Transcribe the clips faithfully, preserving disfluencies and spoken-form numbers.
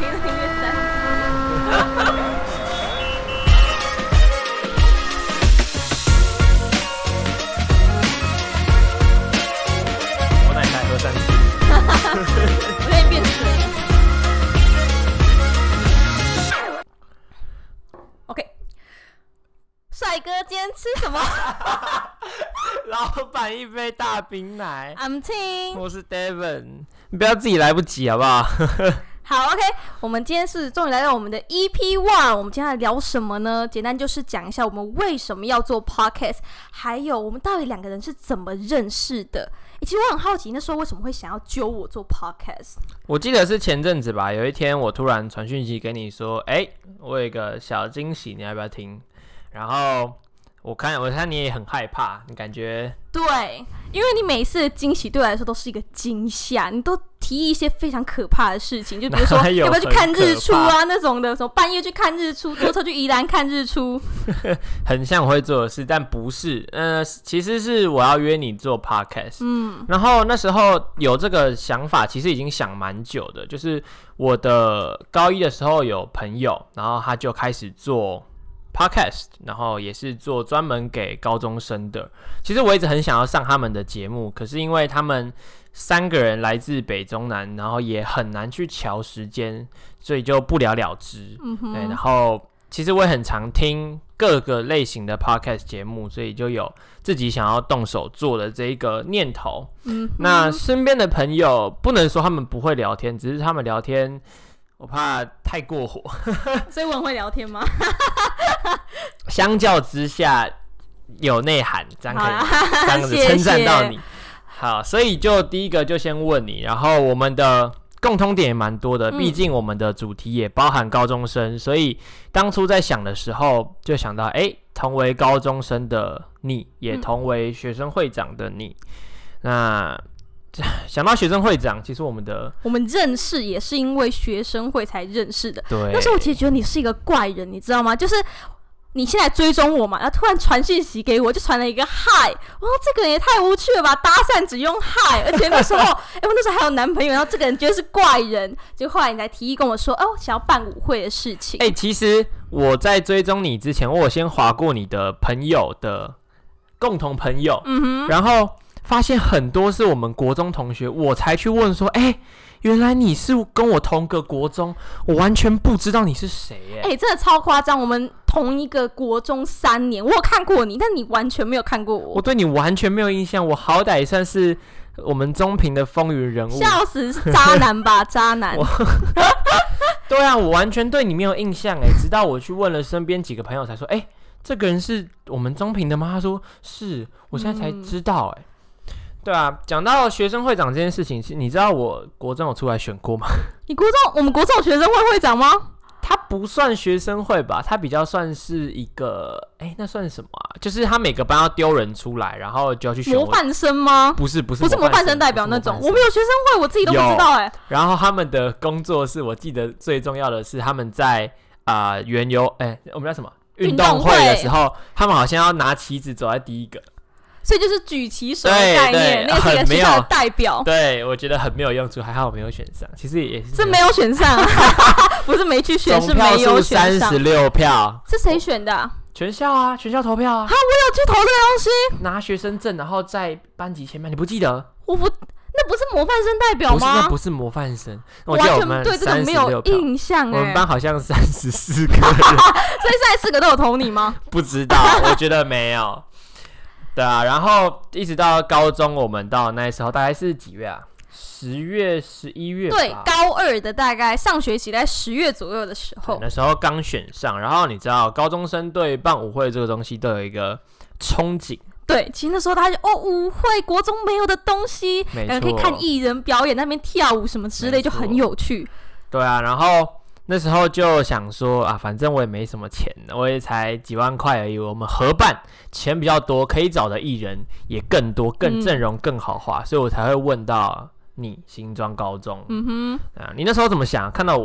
越来越三十。 我奶才喝三次。 我可以变水了。OK， 帅哥今天吃什么？ 老板一杯大冰奶。 I'm Ting， 我是 Devin， 你不要自己来不及好不好？ 好 ，OK， 我们今天是终于来到我们的 E P 一， 我们今天来聊什么呢？简单就是讲一下我们为什么要做 Podcast， 还有我们到底两个人是怎么认识的。欸、其实我很好奇，那时候为什么会想要揪我做 Podcast？ 我记得是前阵子吧，有一天我突然传讯息给你说，哎、欸，我有一个小惊喜，你要不要听？然后我看我看你也很害怕，你感觉对，因为你每一次的惊喜对我来说都是一个惊吓，你都提议一些非常可怕的事情，就比如说要不要去看日出啊那种的，什么半夜去看日出，坐车去宜兰看日出， 很像我会做的事，但不是。呃，其实是我要约你做 podcast， 嗯，然后那时候有这个想法，其实已经想蛮久的，就是我的高一的时候有朋友，然后他就开始做podcast， 然后也是做专门给高中生的。其实我一直很想要上他们的节目，可是因为他们三个人来自北中南，然后也很难去调时间，所以就不了了之。嗯哼，对，然后其实我也很常听各个类型的 podcast 节目，所以就有自己想要动手做的这一个念头。嗯，那身边的朋友不能说他们不会聊天，只是他们聊天我怕太过火。 所以我很会聊天吗？ 相较之下有内涵，这样可以这样子称赞到你。好，所以就第一个就先问你，然后我们的共通点也蛮多的，毕竟我们的主题也包含高中生，所以当初在想的时候就想到，哎，同为高中生的你，也同为学生会长的你，那想到学生会长，其实我们的我们认识也是因为学生会才认识的。 对， 那时候我其实觉得你是一个怪人，你知道吗？就是你现在追踪我嘛，然后突然传讯息给我，就传了一个嗨，我说这个人也太无趣了吧，搭讪只用嗨，而且那时候，哎、欸，我那时候还有男朋友，然后这个人觉得是怪人，就后来你才提议跟我说，哦，想要办舞会的事情。 哎、欸，其实我在追踪你之前，我有先划过你的朋友的共同朋友，嗯哼，然后发现很多是我们国中同学，我才去问说，哎、欸。原来你是跟我同个国中，我完全不知道你是谁耶！ 哎、欸，真的超夸张！我们同一个国中三年，我有看过你，但你完全没有看过我。 我对你完全没有印象，我好歹也算是我们中平的风云人物。 笑死，是渣男吧？渣男。 对啊，我完全对你没有印象哎，直到我去问了身边几个朋友，才说，哎、欸，这个人是我们中平的吗？他说是，我现在才知道哎。嗯对啊，讲到学生会长这件事情，你知道我国中有出来选过吗？ 你国中，我们国中有学生会会长吗？ 他不算学生会吧，他比较算是一个，哎，那算什么啊？就是他每个班要丢人出来，然后就要去选模范生吗？ 不是，不是， 不是模范生代表那种。我们有学生会，我自己都不知道哎、欸。 然后他们的工作是我记得最重要的是他们在啊、呃、园游，哎，我们叫什么运动会的时候，他们好像要拿旗子走在第一个。所以就是举旗手的概念，那个是一个学校的代表。 对，我觉得很没有用处，还好我没有选上。其实也是是没有选上、啊，不是没去选，是没有选上。 三十六票， 是谁选的、啊？ 全校啊，全校投票啊。 啊，我有去投这个东西， 拿学生证，然后在班级前面，你不记得？ 我不，那不是模范生代表吗？ 不是，那不是模范生。我完全对这个没有印象、欸。 我们班好像三十四个人，所以三十四个都有投你吗？ 不知道，我觉得没有。对啊，然后一直到高中，我们到那时候大概是几月啊？十月、十一月吧。 对，高二的大概上学期在十月左右的时候， 那时候刚选上。然后你知道，高中生对办舞会这个东西都有一个憧憬。 对，其实那时候他就哦，舞会国中没有的东西，然后可以看艺人表演，那边跳舞什么之类，就很有趣。 对啊，然后。那时候就想说啊，反正我也没什么钱，我也才几万块而已。我们合办钱比较多，可以找的艺人也更多，更阵容更豪华、嗯，所以我才会问到你新庄高中。嗯哼，啊，你那时候怎么想？看到我，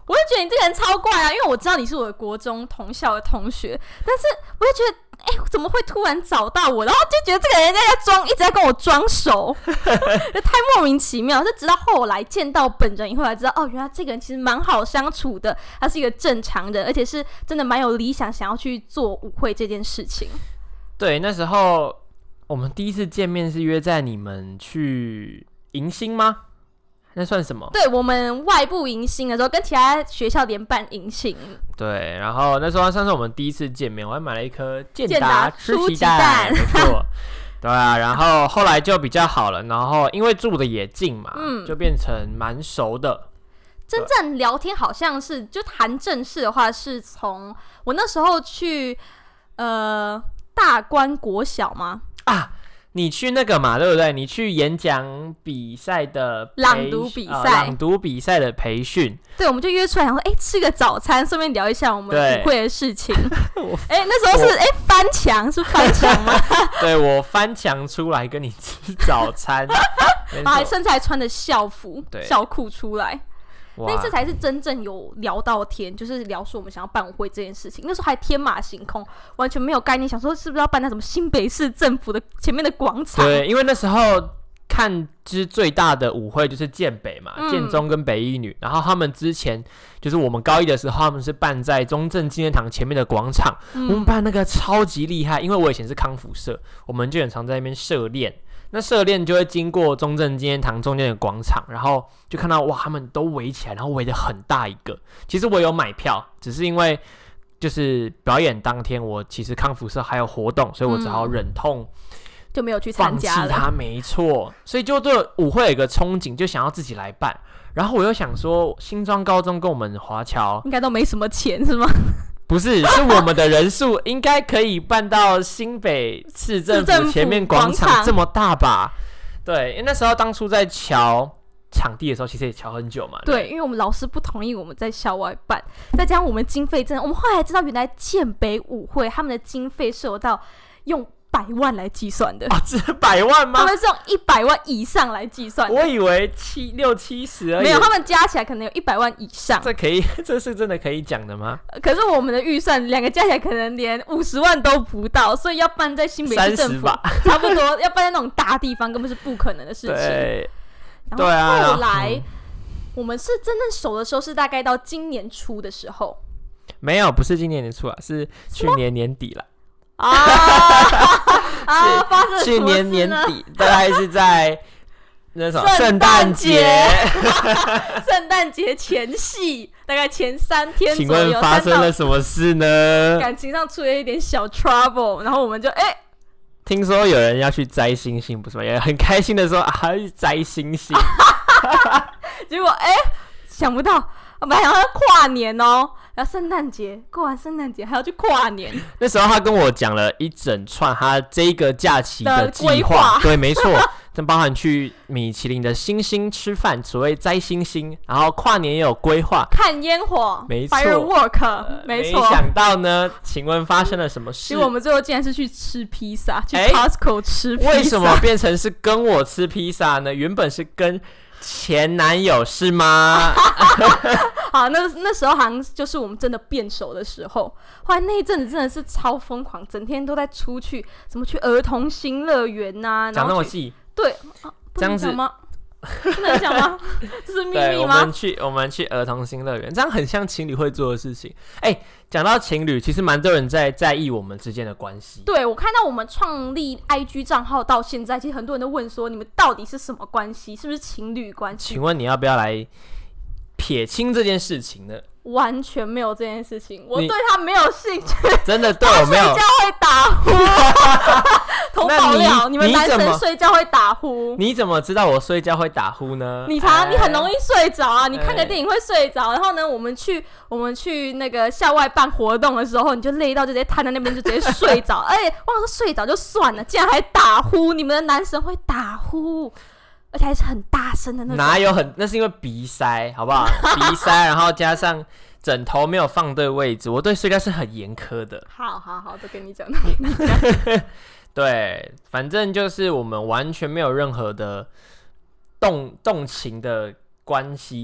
我就觉得你这个人超怪啊，因为我知道你是我的国中同校的同学，但是我就觉得，哎、欸，怎么会突然找到我？然后就觉得这个人在装，一直在跟我装熟，就太莫名其妙。就直到后来见到本人以后才知道，哦，原来这个人其实蛮好相处的，他是一个正常人，而且是真的蛮有理想，想要去做舞会这件事情。 对，那时候我们第一次见面是约在你们去迎新吗？那算什么？ 对，我们外部迎新的时候，跟其他学校联办迎新。 对，然后那时候算是我们第一次见面，我还买了一颗健达吃鸡蛋，没错。对啊，然后后来就比较好了，然后因为住的也近嘛，嗯、就变成蛮熟的。 真正聊天好像是就谈正事的话，是从我那时候去呃大关国小吗？ 啊。你去那个嘛，对不对？你去演讲比赛的朗读比赛、呃， 朗读比赛的培训。 对，我们就约出来，想说，哎、欸，吃个早餐，顺便聊一下我们舞会的事情。哎、欸，那时候是哎、欸、翻墙，是翻墙吗？ 对，我翻墙出来跟你吃早餐， 然后还甚至还穿着校服、校裤出来。那次才是真正有聊到天，就是聊说我们想要办舞会这件事情。那时候还天马行空，完全没有概念，想说是不是要办在什么新北市政府的前面的广场？ 对，因为那时候看就是最大的舞会就是建北嘛，嗯、建中跟北一女，然后他们之前就是我们高一的时候，他们是办在中正纪念堂前面的广场，嗯、我们办那个超级厉害，因为我以前是康复社，我们就很常在那边社练。那社练就会经过中正纪念堂中间的广场，然后就看到哇，他们都围起来，然后围得很大一个。其实我有买票，只是因为就是表演当天，我其实康复社还有活动，所以我只好忍痛、嗯、 就没有去参加了。 放弃它，没错。所以就对舞会有一个憧憬，就想要自己来办。然后我又想说，新庄高中跟我们华侨应该都没什么钱，是吗？ 不是，是我们的人数应该可以办到新北市政府前面广场这么大吧？对，因为那时候当初在瞧场地的时候，其实也瞧很久嘛。 对，对，因为我们老师不同意我们在校外办，再加上我们经费真的，我们后来知道原来建北舞会他们的经费是有到用百万来计算的。 哦，这百万吗？ 他们是用一百万以上来计算的。 我以为七六七十而已。 没有，他们加起来可能有一百万以上。 这可以，这是真的可以讲的吗？ 可是我们的预算两个加起来可能连五十万都不到，所以要办在新北市政府，差不多要办在那种大地方，根本是不可能的事情。 对， 然后后来、啊、我们是真正熟的时候是大概到今年初的时候。 没有，不是今年年初啊，是去年年底了。 啊啊！发生了什么事呢？ 去年年底，大概是在那什么圣诞节， 圣诞节前夕，大概前三天左右。 请问发生了什么事呢？ 感情上出了一点小 trouble， 然后我们就哎、欸， 听说有人要去摘星星，不是吗？也很开心的说啊，要去摘星星。 结果哎、欸，想不到，我本来想要跨年哦。然后圣诞节过完圣诞节还要去跨年， 那时候他跟我讲了一整串他这个假期的计划，对，没错，这包含去米其林的星星吃饭，所谓摘星星，然后跨年也有规划， 看烟火， 没错 ，firework，、呃、没错。 没想到呢，请问发生了什么事？ 结果我们最后竟然是去吃披萨，去 Costco 吃披萨。 为什么变成是跟我吃披萨呢？原本是跟前男友是吗？ 好，那那时候好像就是我们真的变熟的时候。后来那一阵子真的是超疯狂，整天都在出去，什么去儿童新乐园呐， 讲那么细， 对，啊、不能讲吗？不能讲吗？这是秘密吗？ 我们去我们去儿童新乐园，这样很像情侣会做的事情。哎、欸，讲到情侣，其实蛮多人在在意我们之间的关系。 对，我看到我们创立 I G 账号到现在，其实很多人都问说，你们到底是什么关系？是不是情侣关系？ 请问你要不要来撇清这件事情呢？ 完全没有这件事情，我对他没有兴趣。 真的对我没有。 睡觉会打呼，偷爆料，你们男生睡觉会打呼。 你怎么知道我睡觉会打呼呢？ 你常、哎、你很容易睡着啊，你看个电影会睡着，然后呢，我们去我们去那个校外办活动的时候，你就累到就直接瘫在那边就直接睡着。而且忘了说睡着就算了，竟然还打呼，你们的男生会打呼。而且还是很大声的那种。 哪有很？那是因为鼻塞，好不好？鼻塞，然后加上枕头没有放对位置，我对睡觉是很严苛的。 好好好，都跟你讲，都跟你讲。 对，反正就是我们完全没有任何的动动情的关系。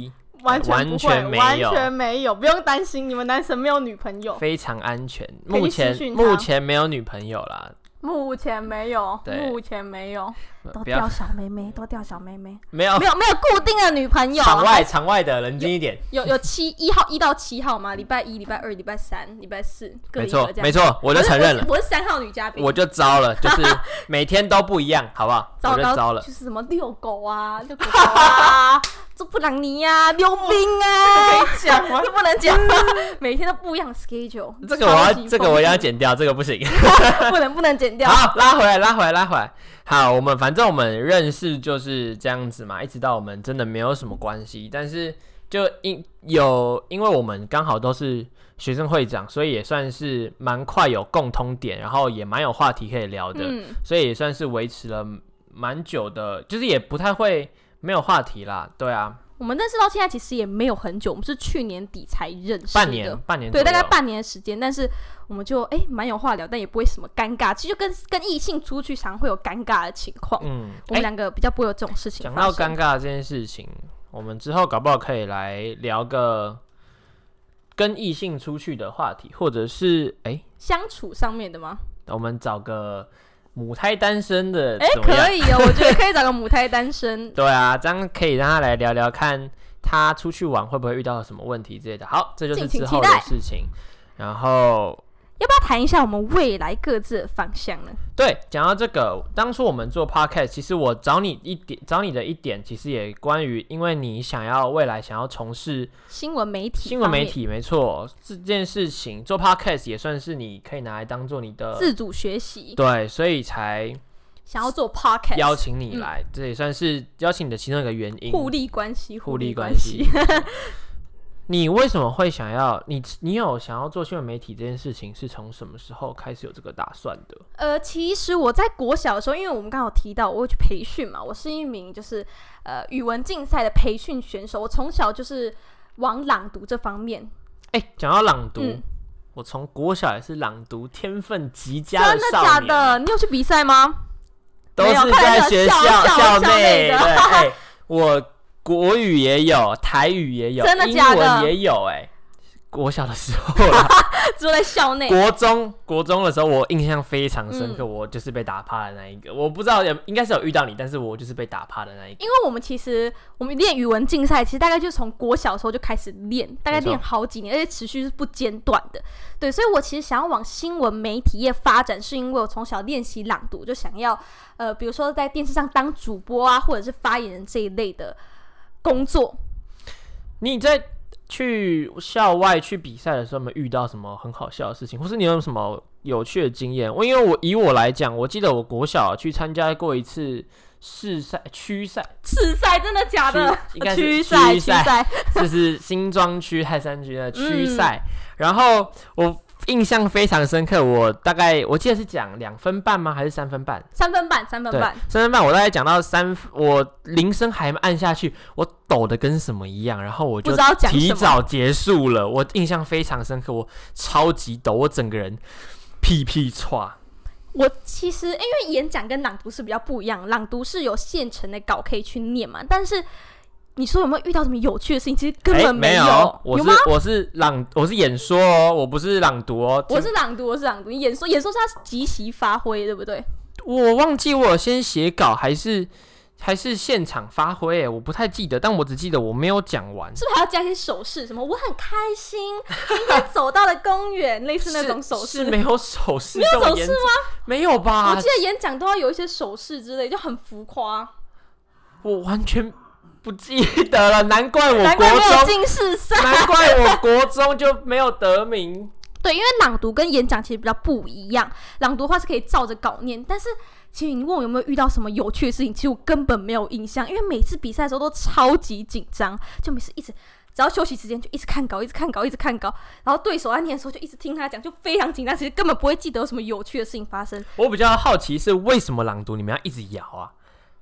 完全不会， 完全没有， 完全没有，不用担心，你们男神没有女朋友， 非常安全。目前目前没有女朋友啦， 目前没有，目前没有，都钓小妹妹，都钓小妹妹， 没有没有没有固定的女朋友， 场外场外的，冷静一点。 有有七一号一到七号吗？礼拜一、礼拜二、礼拜三、礼拜四，各一个这样。 没错没错，我就承认了， 我是三号女嘉宾， 我就招了，就是每天都不一样，好不好？我就招了， 就是什么遛狗啊，遛狗啊。做布朗尼呀、啊，溜冰啊， 可以讲吗？ 这不能讲吗？每天都不一样的 schedule。 这个我要，这个我要剪掉，这个不行， 不能不能剪掉。 好，拉回来，拉回来，拉回来。好，我们反正我们认识就是这样子嘛，一直到我们真的没有什么关系，但是就因有，因为我们刚好都是学生会长，所以也算是蛮快有共通点，然后也蛮有话题可以聊的，嗯、所以也算是维持了蛮久的，就是也不太会。没有话题啦，对啊。 我们认识到现在其实也没有很久，我们是去年底才认识的， 半年，半年， 对，大概半年的时间。但是我们就哎蛮有话聊，但也不会什么尴尬。其实就跟跟异性出去，常会有尴尬的情况。嗯，我们两个比较不会有这种事情发生。 讲到尴尬这件事情，我们之后搞不好可以来聊个跟异性出去的话题，或者是哎相处上面的吗？ 我们找个。母胎单身的， 哎、欸，可以哦，我觉得可以找个母胎单身。 对啊，这样可以让他来聊聊看，他出去玩会不会遇到什么问题之类的。好，这就是之后的事情。然后， 要不要谈一下我们未来各自的方向呢？ 对，讲到这个，当初我们做 podcast， 其实我找你一点，找你的一点，其实也关于，因为你想要未来想要从事新闻媒体， 新闻媒体没错，这件事情做 podcast 也算是你可以拿来当做你的自主学习， 对，所以才想要做 podcast， 邀请你来，嗯、这也算是邀请你的其中一个原因， 互利关系， 互利关系。你为什么会想要你你有想要做新闻媒体这件事情是从什么时候开始有这个打算的？ 呃，其实我在国小的时候，因为我们刚好提到我会去培训嘛，我是一名就是呃语文竞赛的培训选手，我从小就是往朗读这方面。 哎、欸，讲到朗读，嗯、我从国小也是朗读天分极佳的少年。 真的假的？你有去比赛吗？ 都是在学校校内的。哎、欸，我。国语也有，台语也有， 真的假的？ 英文也有、欸，哎，国小的时候啦， 只有在校内。 国中，国中的时候，我印象非常深刻、嗯，我就是被打趴的那一个。我不知道，应该是有遇到你，但是我就是被打趴的那一个。 因为我们其实我们练语文竞赛，其实大概就从国小的时候就开始练，大概练好几年，而且持续是不间断的。对，所以我其实想要往新闻媒体业发展，是因为我从小练习朗读，就想要呃，比如说在电视上当主播啊，或者是发言人这一类的。工作， 你在去校外去比赛的时候，有没有遇到什么很好笑的事情，或是你有什么有趣的经验？我因为我以我来讲，我记得我国小去参加过一次市赛、区赛、 市赛，真的假的？ 应该是区赛，区赛就是新庄区泰山区的区赛、嗯。然后我印象非常深刻，我大概我记得是讲两分半吗？还是三分半？ 三分半，三分半， 三分半。我大概讲到三，我铃声还没按下去，我抖的跟什么一样，然后我就提早结束了。我印象非常深刻，我超级抖，我整个人屁屁唰。 我其实因为演讲跟朗读是比较不一样，朗读是有现成的稿可以去念嘛，但是。你说有没有遇到什么有趣的事情？其实根本没有。 欸、没有，我是我是朗，我是演说哦，我不是朗读哦。 我是朗读，我是朗读。演说，演说是他即席发挥，对不对？ 我忘记我有先写稿还是还是现场发挥，哎，我不太记得，但我只记得我没有讲完。 是不是还要加一些手势？什么我很开心，今天走到了公园，类似那种手势。 是没有手势， 没有手势吗？ 没有吧？ 我记得演讲都要有一些手势之类，就很浮夸。 我完全。不记得了，难怪我国中， 难怪没有进市赛， 难怪我国中就没有得名。 对，因为朗读跟演讲其实比较不一样，朗读的话是可以照着稿念，但是其实你问我有没有遇到什么有趣的事情，其实我根本没有印象，因为每次比赛的时候都超级紧张，就每次一直只要休息时间就一直看稿，一直看稿，一直看稿，然后对手在念的时候就一直听他讲，就非常紧张，其实根本不会记得有什么有趣的事情发生。 我比较好奇是为什么朗读你们要一直摇啊？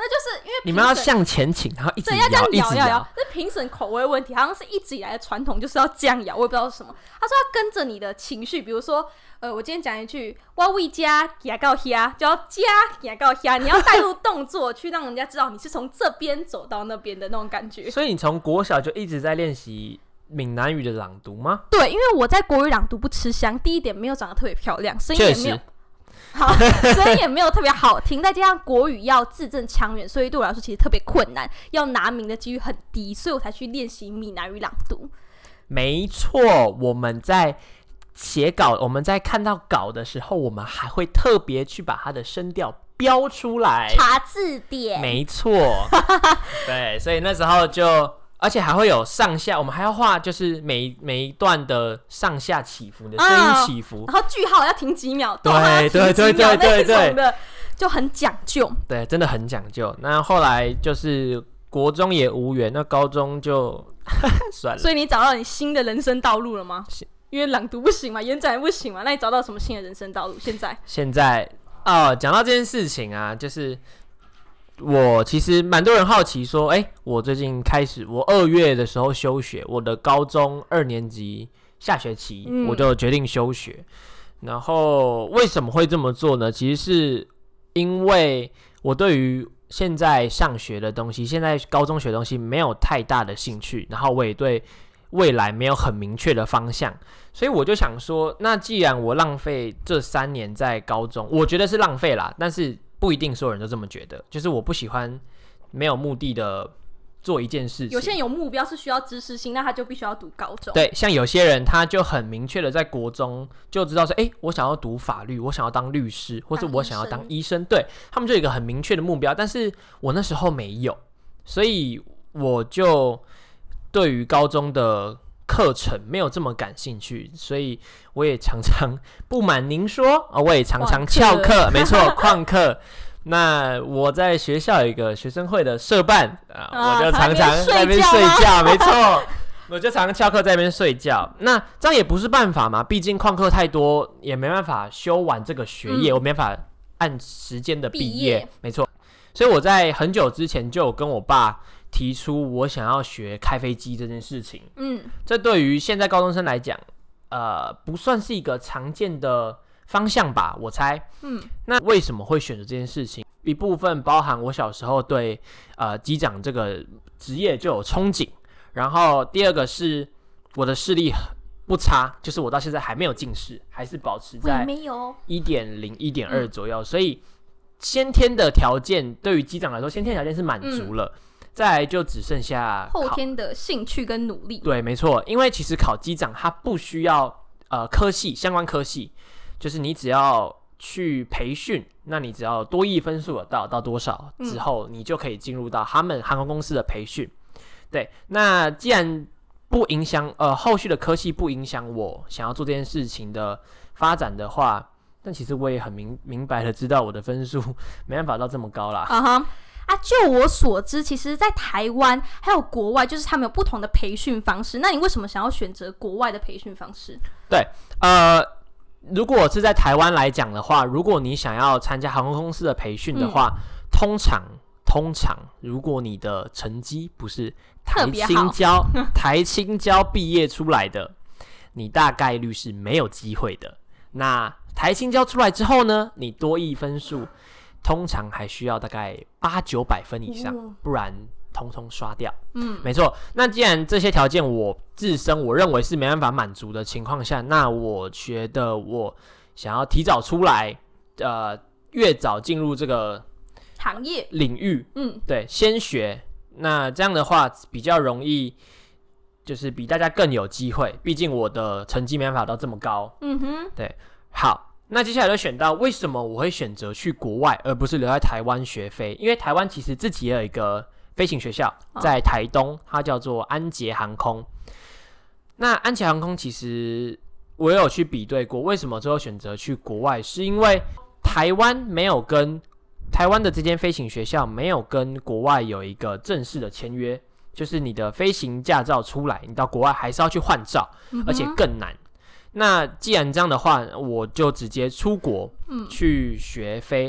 那就是因为你们要向前倾，然后一直摇， 对，要这样摇摇摇。 这评审口味问题，好像是一直以来的传统，就是要这样摇，我也不知道是什么。他说要跟着你的情绪，比如说，呃，我今天讲一句“我为家牙膏虾”，就要加牙膏虾，你要带入动作去让人家知道你是从这边走到那边的那种感觉。 所以你从国小就一直在练习闽南语的朗读吗？ 对，因为我在国语朗读不吃香，第一点没有长得特别漂亮，声音也没有。好，声音也没有特别好听，再加上国语要字正腔圆，所以对我来说其实特别困难，要拿名的几率很低，所以我才去练习闽南语朗读。 没错，我们在写稿，我们在看到稿的时候，我们还会特别去把它的声调标出来， 查字典。 没错，对，所以那时候就。而且还会有上下，我们还要画，就是每每一段的上下起伏的声音起伏， 哦、然后句号要停几秒， 对对对对对对的，就很讲究。 对，真的很讲究。那后来就是国中也无缘，那高中就算了。 所以你找到你新的人生道路了吗？因为朗读不行嘛，演讲也不行嘛，那你找到什么新的人生道路？现在？ 现在哦，讲到这件事情啊，就是。我其实蛮多人好奇说，哎、欸，我最近开始，我二月的时候休学，我的高中二年级下学期，嗯、我就决定休学。然后为什么会这么做呢？其实是因为我对于现在上学的东西，现在高中学的东西没有太大的兴趣，然后我也对未来没有很明确的方向，所以我就想说，那既然我浪费这三年在高中，我觉得是浪费啦，但是。不一定所有人都这么觉得，就是我不喜欢没有目的的做一件事情。 有些人有目标是需要知识性，那他就必须要读高中。 对，像有些人他就很明确的在国中就知道说，哎、欸，我想要读法律，我想要当律师，或是我想要当医生，对，他们就有一个很明确的目标。但是我那时候没有，所以我就对于高中的课程没有这么感兴趣，所以我也常常不瞒您说，我也常常翘课，没错，旷课。那我在学校有一个学生会的社办啊，啊我就常常在那边睡觉，没错，我就常常翘课在那边睡觉。那这样也不是办法嘛，毕竟旷课太多，也没办法修完这个学业，嗯、我没办法按时间的毕业，毕业没错。所以我在很久之前就有跟我爸。提出我想要学开飞机这件事情，嗯，这对于现在高中生来讲，呃，不算是一个常见的方向吧，我猜，嗯，那为什么会选择这件事情？一部分包含我小时候对呃机长这个职业就有憧憬，然后第二个是我的视力不差，就是我到现在还没有近视，还是保持在一点零、一点二左右，所以先天的条件对于机长来说，先天条件是满足了。嗯再来就只剩下后天的兴趣跟努力。 对，没错，因为其实考机长它不需要呃科系相关科系，就是你只要去培训，那你只要多益分数有到到多少之后，嗯、你就可以进入到他们航空公司的培训。对，那既然不影响呃后续的科系不影响我想要做这件事情的发展的话，但其实我也很明明白的知道我的分数没办法到这么高啦。 啊哈。Uh-huh.啊，就我所知，其实，在台湾还有国外，就是他们有不同的培训方式。那你为什么想要选择国外的培训方式？ 对，呃，如果是在台湾来讲的话，如果你想要参加航空公司的培训的话，嗯、通常通常，如果你的成绩不是台清交台清交毕业出来的，你大概率是没有机会的。那台清交出来之后呢，你多益分数。通常还需要大概八九百分以上，哦、不然通通刷掉。嗯，没错。那既然这些条件我自身我认为是没办法满足的情况下，那我觉得我想要提早出来，呃，越早进入这个行业领域，嗯，对，先学。那这样的话比较容易，就是比大家更有机会。毕竟我的成绩没办法到这么高。嗯哼，对，好。那接下来就选到为什么我会选择去国外，而不是留在台湾学飞？因为台湾其实自己也有一个飞行学校，在台东，它叫做安捷航空。那安捷航空其实我也有去比对过，为什么最后选择去国外？是因为台湾没有跟台湾的这间飞行学校没有跟国外有一个正式的签约，就是你的飞行驾照出来，你到国外还是要去换照，嗯、而且更难。那既然这样的话，我就直接出国去学飞。嗯、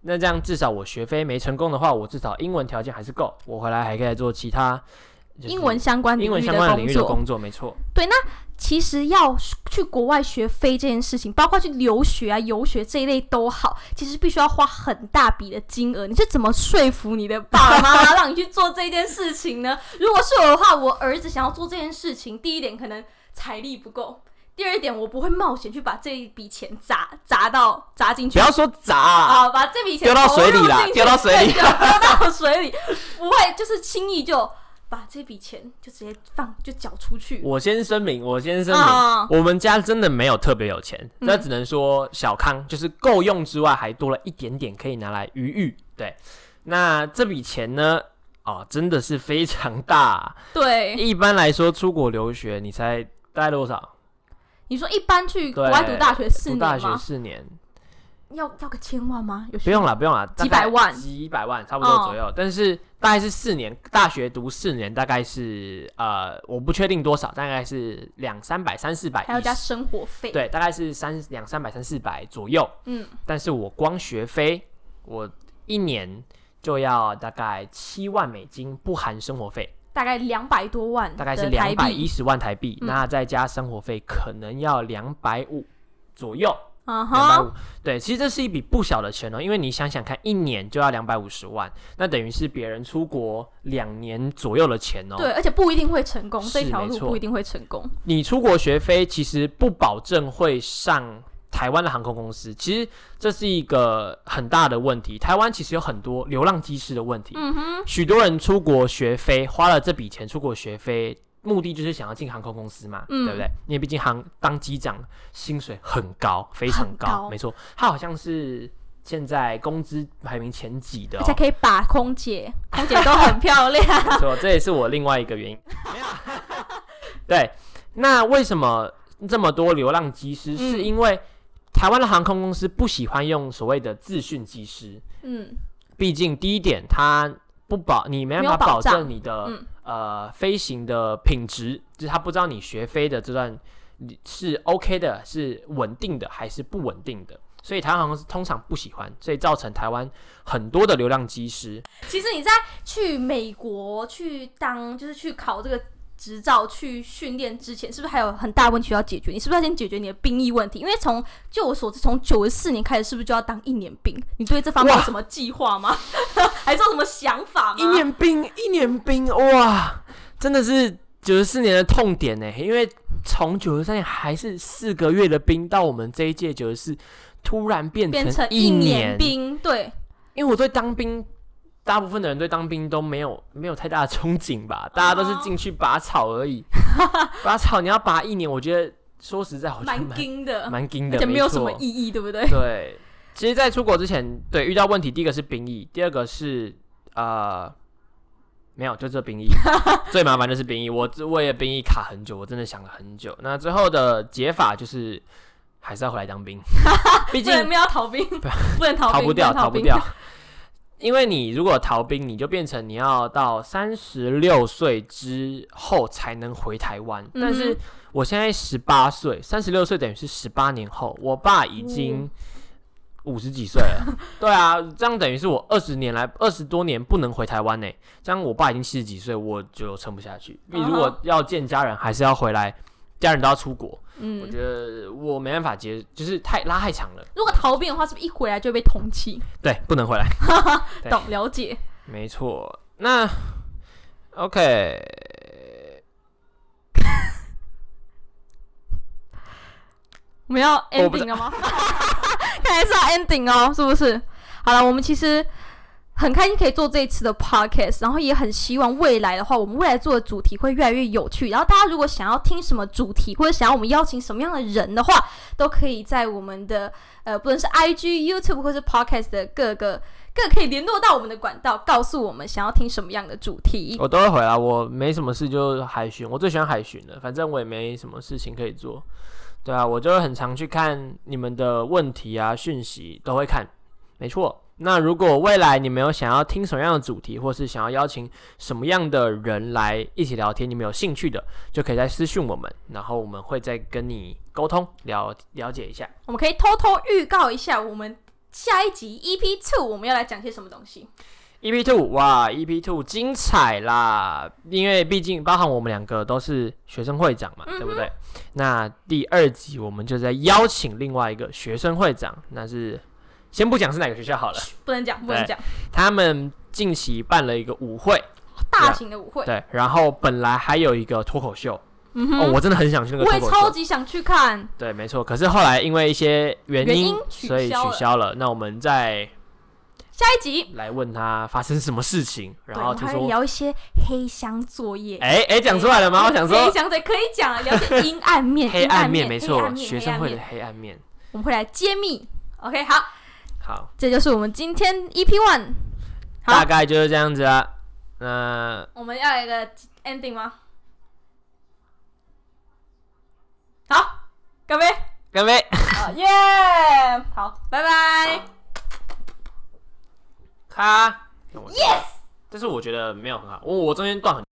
那这样至少我学费没成功的话，我至少英文条件还是够，我回来还可以做其他、就是、 英文相关领域的工作。 英文相关领域的工作，没错。 对，那其实要去国外学飞这件事情，包括去留学啊、游学这一类都好，其实必须要花很大笔的金额。你是怎么说服你的爸爸妈妈让你去做这件事情呢？如果是我的话，我儿子想要做这件事情，第一点可能财力不够。第二点，我不会冒险去把这一笔钱砸砸到砸进去。 不要说砸啊，把这笔钱丢到水里啦，丢到水里， 丢到水里，不会就是轻易就把这笔钱就直接放就缴出去。 我先声明，我先声明， 啊、 我们家真的没有特别有钱，那、嗯、只能说小康，就是够用之外，还多了一点点可以拿来余裕。对，那这笔钱呢？哦，真的是非常大。 对， 一般来说，出国留学，你猜大概多少？ 你说一般去国外读大学四年吗？ 读大学四年， 要要个千万吗？有不用啦，不用啦， 几百万， 几百万差不多左右。哦、但是大概是四年，大学读四年，大概是呃，我不确定多少，大概是两三百、三四百， 还要加生活费。 对，大概是三两三百、三四百左右。嗯，但是我光学费，我一年就要大概七万美金，不含生活费。 大概两百多万， 大概是两百一十万台币，嗯、那再加生活费可能要两百五左右。 啊哈， 对，其实这是一笔不小的钱哦，因为你想想看，一年就要两百五十万，那等于是别人出国两年左右的钱哦。 对，而且不一定会成功，这条路不一定会成功。 你出国学飞其实不保证会上台湾的航空公司，其实这是一个很大的问题。台湾其实有很多流浪机师的问题，嗯哼，许多人出国学飞，花了这笔钱出国学飞，目的就是想要进航空公司嘛，嗯、对不对？因为毕竟航当机长薪水很高，非常高，高没错。他好像是现在工资排名前几的、哦， 而且可以把空姐，空姐都很漂亮。 没错，这也是我另外一个原因。没有，对，那为什么这么多流浪机师？嗯、是因为台湾的航空公司不喜欢用所谓的自训机师，嗯，毕竟第一点，它不保，你没办法保证你的、嗯、呃飞行的品质，就是他不知道你学飞的这段是 OK 的，是稳定的还是不稳定的，所以台湾航空公司通常不喜欢，所以造成台湾很多的流浪机师。 其实你在去美国去当，就是去考这个执照去训练之前，是不是还有很大问题要解决？你是不是要先解决你的兵役问题？因为从就我所知，从九十四年开始，是不是就要当一年兵？你对这方面有什么计划吗？还是有什么想法吗？ 一年兵，一年兵，哇，真的是九十四年的痛点呢。因为从九十三年还是四个月的兵，到我们这一届九十四，突然变成一年, 一年兵。对， 因为我对当兵。大部分的人对当兵都没有没有太大的憧憬吧，大家都是进去拔草而已。拔草你要拔一年，我觉得说实在，我觉得蛮惊的， 蛮惊的， 而且没有什么意义，对不对？ 对，其实，在出国之前，对遇到问题，第一个是兵役，第二个是呃，没有，就这兵役，最麻烦的是兵役。我为了兵役卡很久，我真的想了很久。那最后的解法就是还是要回来当兵，毕竟不能逃兵，不能逃兵， 逃不掉，逃不掉。因为你如果逃兵，你就变成你要到三十六岁之后才能回台湾。嗯、但是我现在十八岁，三十六岁等于是十八年后，我爸已经五十几岁了。对啊，这样等于是我二十年来二十多年不能回台湾呢。这样我爸已经七十几岁，我就撑不下去。你如果要见家人，还是要回来，家人都要出国。嗯，我觉得我没办法接，就是太拉太长了。 如果逃兵的话，是不是一回来就会被通缉？ 对，不能回来。 懂，了解。 没错。那 OK， 我们要 ending 了吗？看来是要 ending 哦，是不是？好了，我们其实很开心可以做这一次的 podcast， 然后也很希望未来的话，我们未来做的主题会越来越有趣。然后大家如果想要听什么主题，或者想要我们邀请什么样的人的话，都可以在我们的呃，不论是 I G、YouTube 或是 podcast 的各个各可以联络到我们的管道，告诉我们想要听什么样的主题。 我都会回来，我没什么事就海巡，我最喜欢海巡了，反正我也没什么事情可以做。对啊，我就会很常去看你们的问题啊、讯息都会看，没错。那如果未来你们有想要听什么样的主题，或是想要邀请什么样的人来一起聊天，你们有兴趣的，就可以再私讯我们，然后我们会再跟你沟通了了解一下。 我们可以偷偷预告一下，我们下一集 E P 二 我们要来讲些什么东西 ？E P 二 哇 ，E P 二 精彩啦！因为毕竟包含我们两个都是学生会长嘛，嗯、对不对？那第二集我们就在邀请另外一个学生会长，那是先不讲是哪个学校好了， 不能讲，不能讲。 他们近期办了一个舞会， 大型的舞会， 对，然后本来还有一个脱口秀。嗯、哦，我真的很想去那个脱口秀， 我也超级想去看。 对，没错。可是后来因为一些原因， 原因所以取消了。那我们再下一集来问他发生什么事情，然后就说聊一些黑箱作业。 哎哎，讲出来了吗？我想说黑箱作业可以讲啊，聊些阴暗面， 黑暗面没错， 学生会的黑暗面， 我们会来揭秘。OK， 好， 好， 这就是我们今天 E P 一， 大概就是这样子啦。那我们要有一个 ending 吗？好，干杯！ 干杯！ 好耶！ yeah! 好，拜拜。 咔 ！Yes！ 但是我觉得没有很好，我我中间断很。